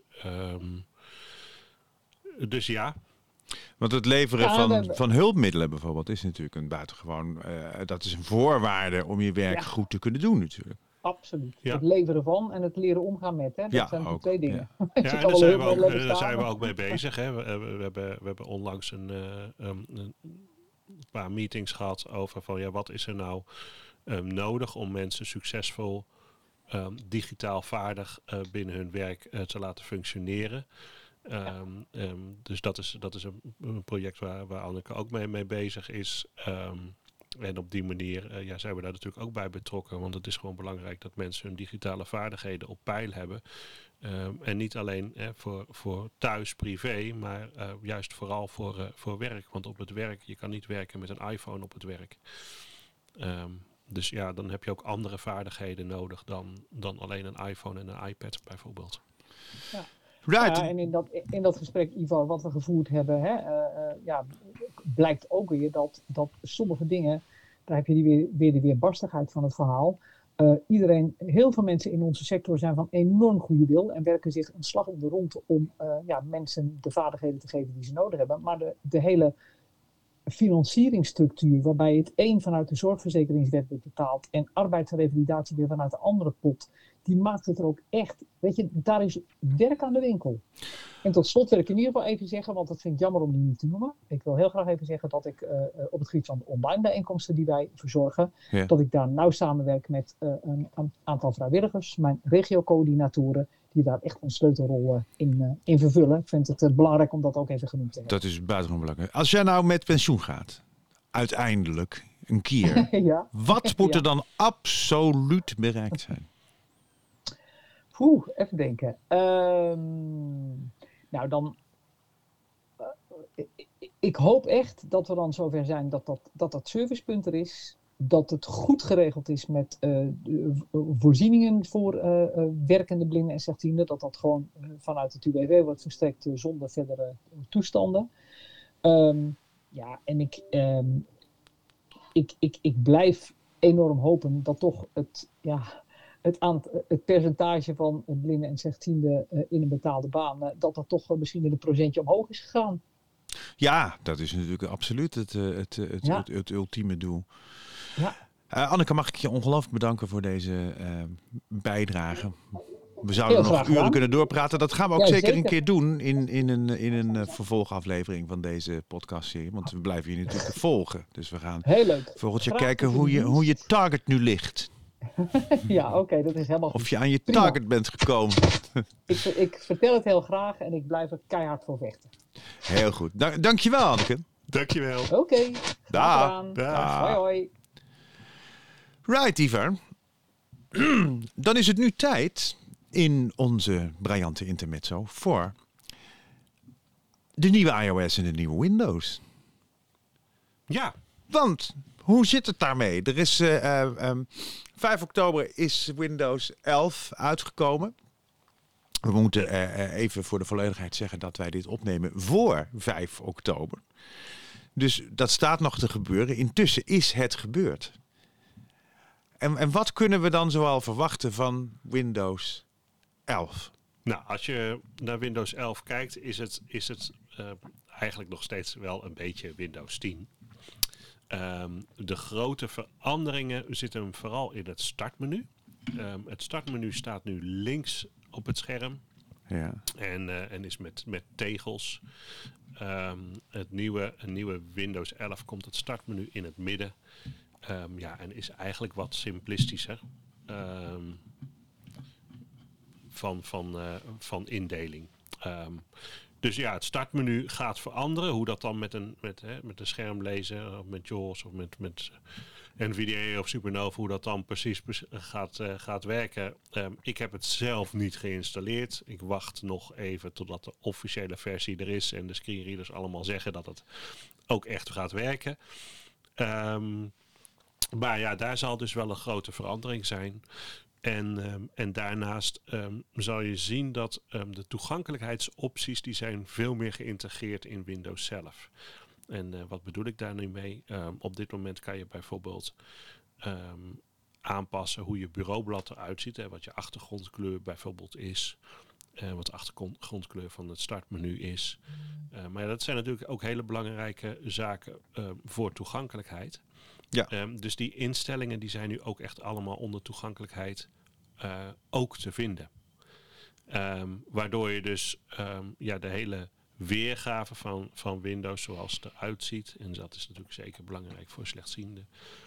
Speaker 3: Dus ja.
Speaker 2: Want het leveren van hulpmiddelen bijvoorbeeld is natuurlijk een buitengewoon, dat is een voorwaarde om je werk goed te kunnen doen natuurlijk.
Speaker 7: Absoluut.
Speaker 3: Ja.
Speaker 7: Het leveren van en het leren omgaan met. Hè? Dat zijn ook twee dingen.
Speaker 3: Ja, en daar zijn we ook mee bezig. Hè. We hebben onlangs een paar meetings gehad over van wat is er nou nodig om mensen succesvol digitaal vaardig binnen hun werk te laten functioneren. Dus dat is een project waar Anneke ook mee bezig is. En op die manier zijn we daar natuurlijk ook bij betrokken. Want het is gewoon belangrijk dat mensen hun digitale vaardigheden op peil hebben. En niet alleen voor thuis, privé, maar juist vooral voor werk. Want op het werk, je kan niet werken met een iPhone op het werk. Dus dan heb je ook andere vaardigheden nodig dan alleen een iPhone en een iPad bijvoorbeeld.
Speaker 7: Ja.
Speaker 2: Right.
Speaker 7: En in dat gesprek, Ivar, wat we gevoerd hebben, blijkt ook weer dat sommige dingen, daar heb je weer de weerbarstigheid van het verhaal. Heel veel mensen in onze sector zijn van enorm goede wil en werken zich een slag om de ronde om mensen de vaardigheden te geven die ze nodig hebben. Maar de hele financieringsstructuur, waarbij het een vanuit de zorgverzekeringswet wordt betaald en arbeidsrevalidatie weer vanuit de andere pot, die maakt het er ook echt, daar is werk aan de winkel. En tot slot wil ik in ieder geval even zeggen, want dat vind ik jammer om die niet te noemen. Ik wil heel graag even zeggen dat ik op het gebied van de online bijeenkomsten die wij verzorgen, dat ik daar nauw samenwerk met een aantal vrijwilligers, mijn regiocoördinatoren, die daar echt een sleutelrol in vervullen. Ik vind het belangrijk om dat ook even genoemd te hebben.
Speaker 2: Dat is buitengewoon belangrijk. Als jij nou met pensioen gaat, uiteindelijk, een keer, wat moet er dan absoluut bereikt zijn?
Speaker 7: Even denken. Ik hoop echt dat we dan zover zijn dat servicepunt er is. dat het goed geregeld is met voorzieningen voor werkende blinden en slechtzienden. Dat gewoon vanuit het UWV wordt verstrekt zonder verdere toestanden. En ik blijf enorm hopen dat toch het percentage van blinden en slechtzienden in een betaalde baan, dat toch misschien met een procentje omhoog is gegaan.
Speaker 2: Ja, dat is natuurlijk absoluut het ultieme doel.
Speaker 7: Ja.
Speaker 2: Anneke, mag ik je ongelooflijk bedanken voor deze bijdrage. We zouden
Speaker 7: Heel
Speaker 2: nog
Speaker 7: graag
Speaker 2: uren
Speaker 7: gedaan.
Speaker 2: kunnen doorpraten. Dat gaan we ook
Speaker 7: Ja,
Speaker 2: zeker een
Speaker 7: zeker.
Speaker 2: keer doen in een vervolgaflevering van deze podcastserie. Want we blijven je natuurlijk volgen. Dus we gaan
Speaker 7: Heel leuk.
Speaker 2: volgend jaar
Speaker 7: Graag
Speaker 2: kijken
Speaker 7: tot uw
Speaker 2: hoe je
Speaker 7: dienst.
Speaker 2: target nu ligt.
Speaker 7: Ja, oké, dat is helemaal goed.
Speaker 2: Of je aan je
Speaker 7: Prima.
Speaker 2: target bent gekomen.
Speaker 7: Ik vertel het heel graag en ik blijf er keihard voor vechten.
Speaker 2: Heel goed. Dankjewel, Anneke.
Speaker 3: Dankjewel.
Speaker 7: Oké, graag
Speaker 2: Dag.
Speaker 7: gedaan.
Speaker 3: Dag.
Speaker 7: Hoi hoi.
Speaker 2: Right, Ivar. Dan is het nu tijd in onze briljante intermezzo voor de nieuwe iOS en de nieuwe Windows.
Speaker 3: Ja,
Speaker 2: Want, hoe zit het daarmee? Er is 5 oktober is Windows 11 uitgekomen. We moeten even voor de volledigheid zeggen dat wij dit opnemen voor 5 oktober. Dus dat staat nog te gebeuren. Intussen is het gebeurd. En wat kunnen we dan zoal verwachten van Windows 11?
Speaker 3: nou, als je naar Windows 11 kijkt, is het eigenlijk nog steeds wel een beetje Windows 10. De grote veranderingen zitten hem vooral in het startmenu. Het startmenu staat nu links op het scherm
Speaker 2: Ja.
Speaker 3: en is met tegels. Een nieuwe Windows 11 komt het startmenu in het midden. En is eigenlijk wat simplistischer van indeling. Dus ja, het startmenu gaat veranderen. Hoe dat dan met een schermlezer of met JAWS of met NVDA of Supernova, hoe dat dan precies gaat werken. Ik heb het zelf niet geïnstalleerd. Ik wacht nog even totdat de officiële versie er is en de screenreaders allemaal zeggen dat het ook echt gaat werken. Maar ja, daar zal dus wel een grote verandering zijn. En daarnaast zal je zien dat de toegankelijkheidsopties die zijn veel meer geïntegreerd in Windows zelf. En wat bedoel ik daar nu mee? Op dit moment kan je bijvoorbeeld aanpassen hoe je bureaublad eruit ziet. Hè, wat je achtergrondkleur bijvoorbeeld is. Wat de achtergrondkleur van het startmenu is. Maar ja, dat zijn natuurlijk ook hele belangrijke zaken voor toegankelijkheid.
Speaker 2: Ja.
Speaker 3: Dus die instellingen die zijn nu ook echt allemaal onder toegankelijkheid ook te vinden. Waardoor je dus de hele weergave van Windows zoals het eruit ziet, en dat is natuurlijk zeker belangrijk voor slechtzienden,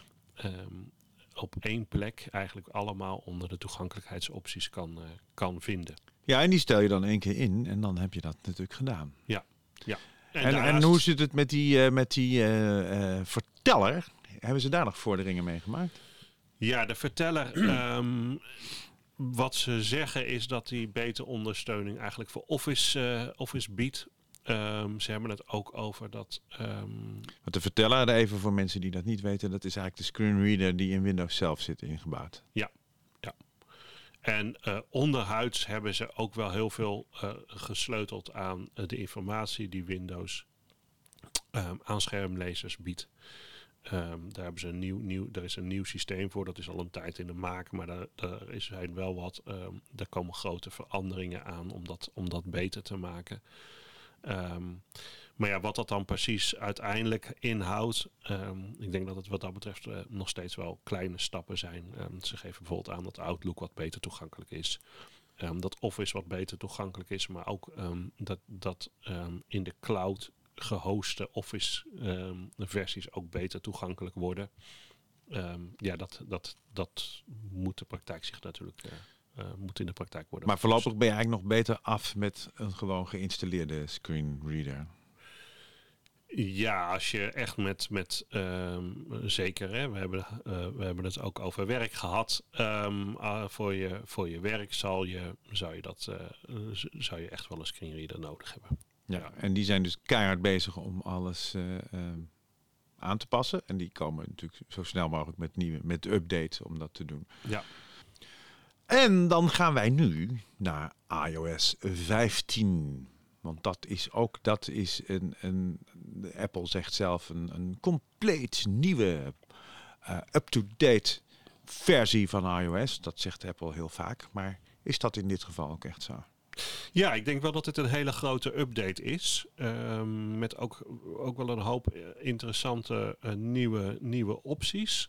Speaker 3: op één plek eigenlijk allemaal onder de toegankelijkheidsopties kan vinden.
Speaker 2: Ja, en die stel je dan 1 keer in en dan heb je dat natuurlijk gedaan.
Speaker 3: Ja.
Speaker 2: En hoe zit het met die verteller? Hebben ze daar nog vorderingen mee gemaakt?
Speaker 3: Ja, de verteller, wat ze zeggen is dat die betere ondersteuning eigenlijk voor Office biedt. Ze hebben het ook over dat...
Speaker 2: Want de verteller, even voor mensen die dat niet weten, dat is eigenlijk de screenreader die in Windows zelf zit ingebouwd.
Speaker 3: Ja. En onderhuids hebben ze ook wel heel veel gesleuteld aan de informatie die Windows aan schermlezers biedt. Daar hebben ze er is een nieuw systeem voor, dat is al een tijd in de maak, maar daar zijn wel wat, daar komen grote veranderingen aan om dat beter te maken. Maar ja, wat dat dan precies uiteindelijk inhoudt, ik denk dat het wat dat betreft nog steeds wel kleine stappen zijn. Ze geven bijvoorbeeld aan dat Outlook wat beter toegankelijk is. Dat Office wat beter toegankelijk is, maar ook dat in de cloud gehoste Office versies ook beter toegankelijk worden. Dat moet de praktijk zich natuurlijk moet in de praktijk worden.
Speaker 2: Maar voorlopig ben je eigenlijk nog beter af met een gewoon geïnstalleerde screenreader.
Speaker 3: Ja, als je echt met zeker, hè, we hebben het ook over werk gehad. Voor je werk zou je echt wel een screenreader nodig hebben.
Speaker 2: Ja, en die zijn dus keihard bezig om alles aan te passen. En die komen natuurlijk zo snel mogelijk met updates om dat te doen.
Speaker 3: Ja.
Speaker 2: En dan gaan wij nu naar iOS 15. Want dat is Apple zegt zelf een compleet nieuwe up-to-date versie van iOS. Dat zegt Apple heel vaak. Maar is dat in dit geval ook echt zo?
Speaker 3: Ja, ik denk wel dat het een hele grote update is. Met ook wel een hoop interessante nieuwe opties.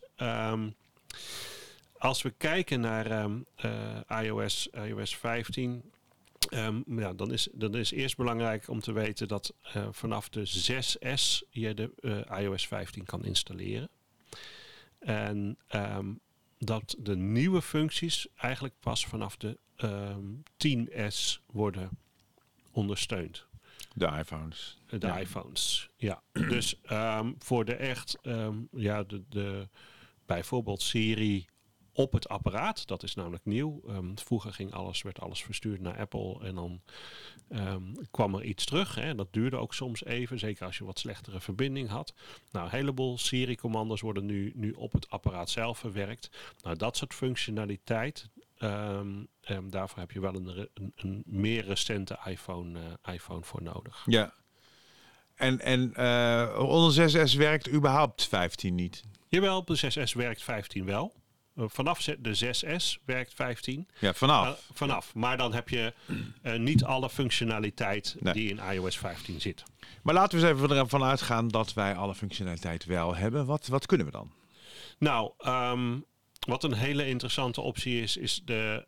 Speaker 3: Als we kijken naar iOS 15... dan is eerst belangrijk om te weten dat vanaf de 6S je de iOS 15 kan installeren. En dat de nieuwe functies eigenlijk pas vanaf de 10S worden ondersteund.
Speaker 2: De iPhones.
Speaker 3: iPhones, ja. Dus voor de echt, de bijvoorbeeld Siri op het apparaat, dat is namelijk nieuw. Vroeger werd alles verstuurd naar Apple en dan kwam er iets terug. Hè. Dat duurde ook soms even, zeker als je wat slechtere verbinding had. Nou, een heleboel Siri-commando's worden nu op het apparaat zelf verwerkt. Nou, dat soort functionaliteit, daarvoor heb je wel een meer recente iPhone voor nodig.
Speaker 2: Ja. En onder 6S werkt überhaupt 15 niet?
Speaker 3: Jawel, de 6S werkt 15 wel. Vanaf de 6S werkt 15.
Speaker 2: Ja, vanaf.
Speaker 3: Vanaf. Maar dan heb je niet alle functionaliteit die in iOS 15 zit.
Speaker 2: Maar laten we eens even ervan uitgaan dat wij alle functionaliteit wel hebben. Wat kunnen we dan?
Speaker 3: Nou, wat een hele interessante optie is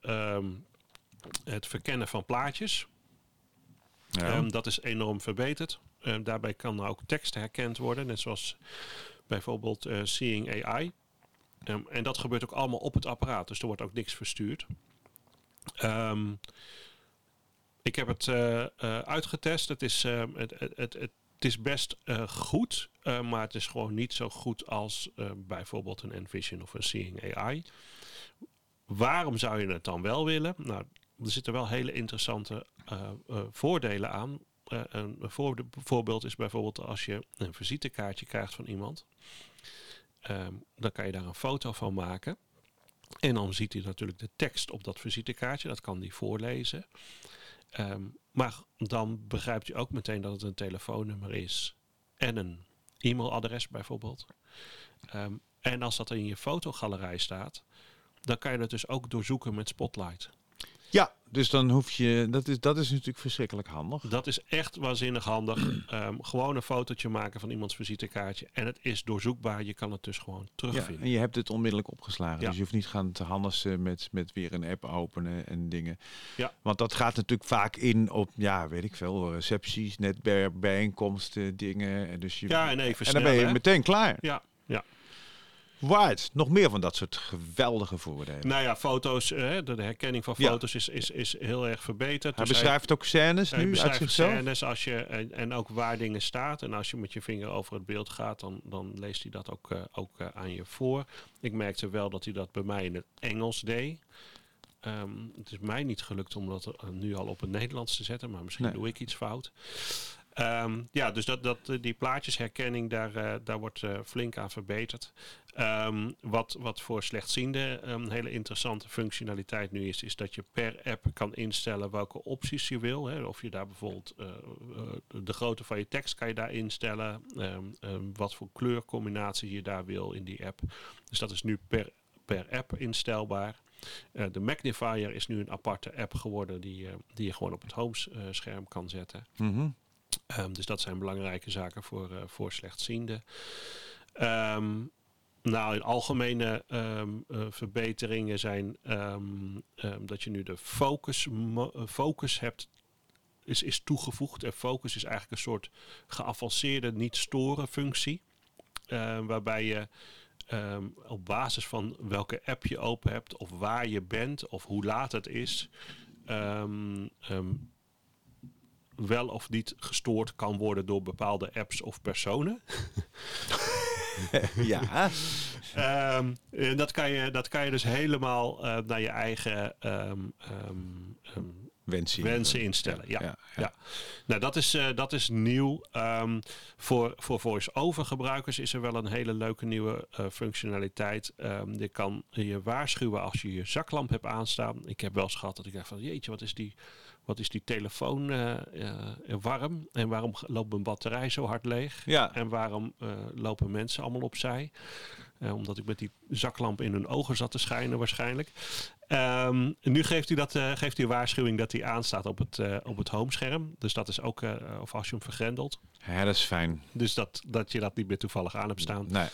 Speaker 3: het verkennen van plaatjes.
Speaker 2: Ja.
Speaker 3: Dat is enorm verbeterd. Daarbij kan ook tekst herkend worden. Net zoals bijvoorbeeld Seeing AI. En dat gebeurt ook allemaal op het apparaat. Dus er wordt ook niks verstuurd. Ik heb het uitgetest. Het is best goed. Maar het is gewoon niet zo goed als bijvoorbeeld een Envision of een Seeing AI. Waarom zou je het dan wel willen? Nou, er zitten wel hele interessante voordelen aan. Een voorbeeld is bijvoorbeeld als je een visitekaartje krijgt van iemand. Dan kan je daar een foto van maken. En dan ziet hij natuurlijk de tekst op dat visitekaartje. Dat kan hij voorlezen. Maar dan begrijpt hij ook meteen dat het een telefoonnummer is. En een e-mailadres bijvoorbeeld. En als dat in je fotogalerij staat, dan kan je dat dus ook doorzoeken met Spotlight.
Speaker 2: Ja, dus dan hoef je... Dat is natuurlijk verschrikkelijk handig.
Speaker 3: Dat is echt waanzinnig handig. Gewoon een fotootje maken van iemands visitekaartje. En het is doorzoekbaar. Je kan het dus gewoon terugvinden.
Speaker 2: Ja, en je hebt het onmiddellijk opgeslagen.
Speaker 3: Ja.
Speaker 2: Dus je hoeft niet gaan te handigen met weer een app openen en dingen.
Speaker 3: Ja.
Speaker 2: Want dat gaat natuurlijk vaak in op, weet ik veel, recepties, netbijeenkomsten, dingen. En dus
Speaker 3: En even
Speaker 2: en dan ben je meteen klaar.
Speaker 3: Ja.
Speaker 2: Right. Nog meer van dat soort geweldige voordelen.
Speaker 3: Nou ja, foto's, de herkenning van foto's is heel erg verbeterd.
Speaker 2: Hij
Speaker 3: dus
Speaker 2: beschrijft ook scènes nu uit zichzelf.
Speaker 3: Scènes en ook waar dingen staat. En als je met je vinger over het beeld gaat, dan leest hij dat ook aan je voor. Ik merkte wel dat hij dat bij mij in het Engels deed. Het is mij niet gelukt om dat nu al op het Nederlands te zetten, maar misschien doe ik iets fout. Dus die plaatjesherkenning, daar wordt flink aan verbeterd. Wat voor slechtzienden een hele interessante functionaliteit nu is dat je per app kan instellen welke opties je wil. Hè. Of je daar bijvoorbeeld de grootte van je tekst kan je daar instellen. Wat voor kleurcombinatie je daar wil in die app. Dus dat is nu per app instelbaar. De Magnifier is nu een aparte app geworden die je gewoon op het homescherm kan zetten.
Speaker 2: Mm-hmm.
Speaker 3: Dus dat zijn belangrijke zaken voor slechtzienden. In algemene verbeteringen zijn dat je nu de focus hebt, is toegevoegd. En focus is eigenlijk een soort geavanceerde niet storen functie. Waarbij je op basis van welke app je open hebt of waar je bent of hoe laat het is, wel of niet gestoord kan worden door bepaalde apps of personen.
Speaker 2: Ja.
Speaker 3: Dat kan je dus helemaal naar je eigen
Speaker 2: Wensen
Speaker 3: instellen.
Speaker 2: Ja.
Speaker 3: Ja. Nou, dat is nieuw. Voor voice-over gebruikers is er wel een hele leuke nieuwe functionaliteit. Je kan je waarschuwen als je je zaklamp hebt aanstaan. Ik heb wel eens gehad dat ik dacht van jeetje, wat is die telefoon warm? En waarom loopt mijn batterij zo hard leeg?
Speaker 2: Ja.
Speaker 3: En waarom lopen mensen allemaal opzij? Omdat ik met die zaklamp in hun ogen zat te schijnen waarschijnlijk. Nu geeft hij een waarschuwing dat hij aanstaat op het homescherm. Dus dat is ook, of als je hem vergrendelt.
Speaker 2: Ja, dat is fijn.
Speaker 3: Dus dat je dat niet meer toevallig aan hebt staan.
Speaker 2: Nee.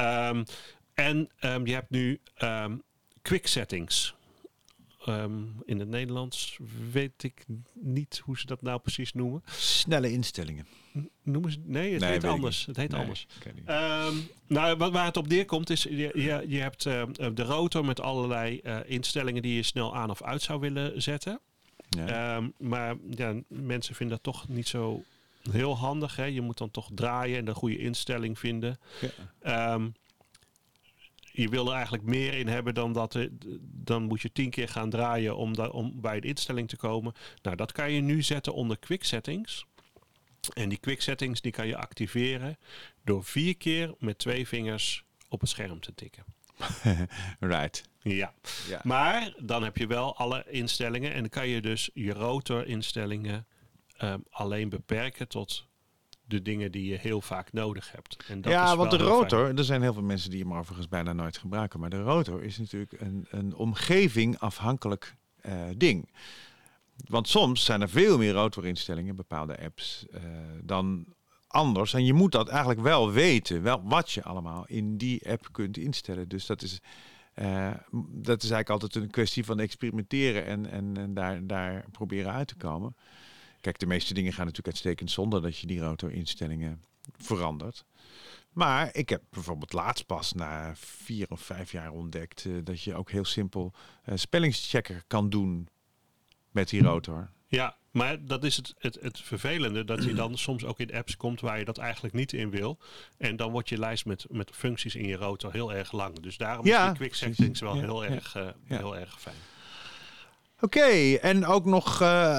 Speaker 3: Je hebt nu quick settings. In het Nederlands weet ik niet hoe ze dat nou precies noemen.
Speaker 2: Snelle instellingen.
Speaker 3: Noemen ze? Nee, het heet anders. Het heet anders. Waar het op neerkomt is, je hebt de rotor met allerlei instellingen die je snel aan of uit zou willen zetten. Ja. Maar mensen vinden dat toch niet zo heel handig. Hè? Je moet dan toch draaien en de goede instelling vinden. Ja. Je wil er eigenlijk meer in hebben dan dat. Dan moet je 10 keer gaan draaien om bij de instelling te komen. Nou, dat kan je nu zetten onder quick settings. En die quick settings die kan je activeren door 4 keer met 2 vingers op het scherm te tikken.
Speaker 2: Right.
Speaker 3: Ja. Maar dan heb je wel alle instellingen en dan kan je dus je rotorinstellingen alleen beperken tot de dingen die je heel vaak nodig hebt. En dat is
Speaker 2: want de rotor,
Speaker 3: fijn.
Speaker 2: er zijn heel veel mensen die hem overigens bijna nooit gebruiken, maar de rotor is natuurlijk een omgeving afhankelijk ding. Want soms zijn er veel meer rotorinstellingen, bepaalde apps, dan anders. En je moet dat eigenlijk wel weten, wat je allemaal in die app kunt instellen. Dus dat is eigenlijk altijd een kwestie van experimenteren en daar proberen uit te komen. Kijk, de meeste dingen gaan natuurlijk uitstekend zonder dat je die rotorinstellingen verandert. Maar ik heb bijvoorbeeld laatst pas na 4 of 5 jaar ontdekt dat je ook heel simpel spellingschecker kan doen met die rotor.
Speaker 3: Ja, maar dat is het vervelende, dat je dan soms ook in apps komt waar je dat eigenlijk niet in wil. En dan wordt je lijst met functies in je rotor heel erg lang. Dus daarom is die quick settings wel heel erg fijn.
Speaker 2: Oké, en ook nog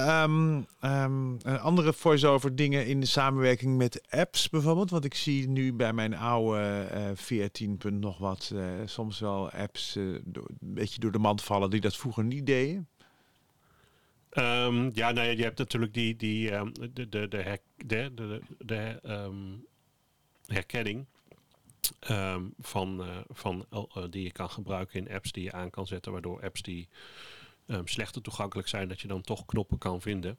Speaker 2: andere voice-over dingen in de samenwerking met apps bijvoorbeeld. Want ik zie nu bij mijn oude 14 punt nog wat soms wel apps een beetje door de mand vallen die dat vroeger niet deden.
Speaker 3: Je hebt natuurlijk de herkenning die je kan gebruiken in apps die je aan kan zetten, waardoor apps die slechter toegankelijk zijn, dat je dan toch knoppen kan vinden.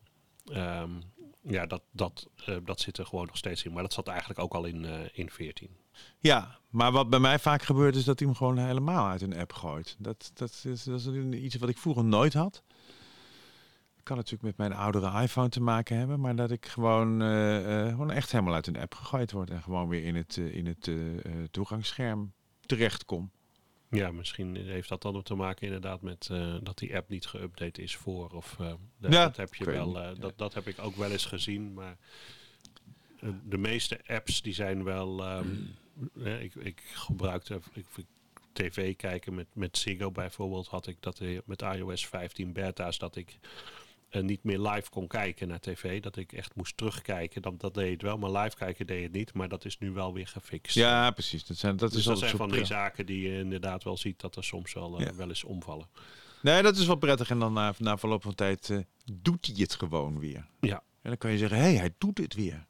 Speaker 3: Dat zit er gewoon nog steeds in. Maar dat zat eigenlijk ook al in 14.
Speaker 2: Ja, maar wat bij mij vaak gebeurt is dat hij hem gewoon helemaal uit een app gooit. Dat is iets wat ik vroeger nooit had. Kan natuurlijk met mijn oudere iPhone te maken hebben, maar dat ik gewoon echt helemaal uit een app gegooid word en gewoon weer in het toegangsscherm terechtkom.
Speaker 3: Ja, misschien heeft dat dan ook te maken inderdaad met dat die app niet geüpdate is voor. Of dat heb je wel. Dat heb ik ook wel eens gezien, maar de meeste apps die zijn wel. Ik gebruikte tv kijken met Ziggo bijvoorbeeld. Had ik dat met iOS 15 beta's dat ik niet meer live kon kijken naar tv. Dat ik echt moest terugkijken. Dat deed het wel, maar live kijken deed het niet. Maar dat is nu wel weer gefixt.
Speaker 2: Ja, precies. Dat zijn
Speaker 3: van die zaken die je inderdaad wel ziet dat er soms wel eens omvallen.
Speaker 2: Nee, dat is wel prettig. En dan na verloop van tijd doet hij het gewoon weer.
Speaker 3: Ja.
Speaker 2: En dan kan je zeggen, hij doet het weer.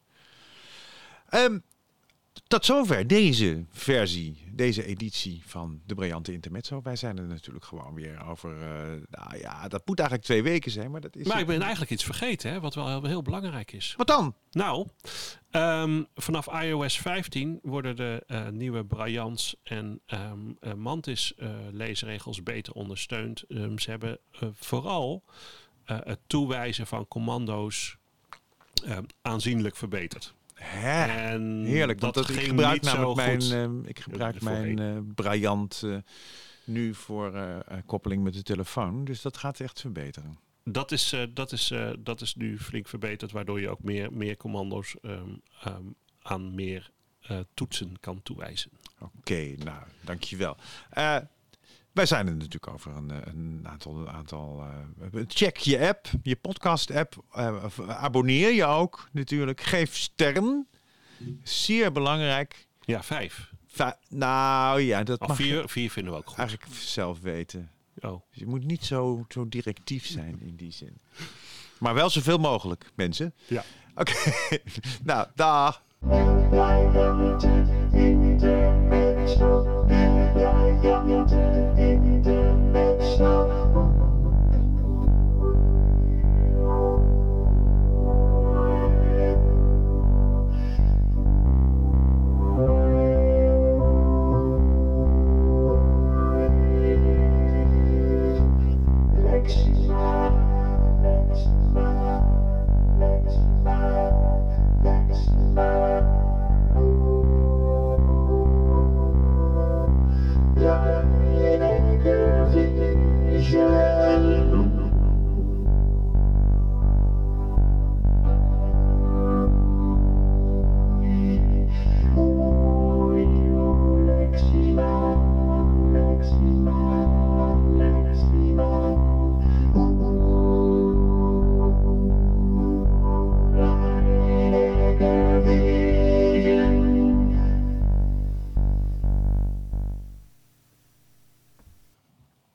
Speaker 2: Tot zover deze editie van de Briljante Intermezzo. Wij zijn er natuurlijk gewoon weer over. Dat moet eigenlijk 2 weken zijn, maar dat is.
Speaker 3: Maar ik ben eigenlijk iets vergeten, hè, wat wel heel belangrijk is.
Speaker 2: Wat dan?
Speaker 3: Nou, vanaf iOS 15 worden de nieuwe Brajants en Mantis leesregels beter ondersteund. Ze hebben vooral het toewijzen van commando's aanzienlijk verbeterd.
Speaker 2: Heerlijk, want ik gebruik namelijk mijn Briljant nu voor koppeling met de telefoon. Dus dat gaat echt verbeteren.
Speaker 3: Dat is nu flink verbeterd, waardoor je ook meer commando's aan meer toetsen kan toewijzen.
Speaker 2: Oké, nou, dankjewel. Wij zijn er natuurlijk over een aantal check je app, je podcast app. Abonneer je ook natuurlijk. Geef sterren. Zeer belangrijk.
Speaker 3: Ja, 5.
Speaker 2: Nou ja, dat
Speaker 3: Of
Speaker 2: mag
Speaker 3: 4 vinden we ook goed.
Speaker 2: eigenlijk zelf weten.
Speaker 3: Oh.
Speaker 2: Dus je moet niet zo directief zijn in die zin. Maar wel zoveel mogelijk, mensen.
Speaker 3: Ja.
Speaker 2: Oké. Nou, dag.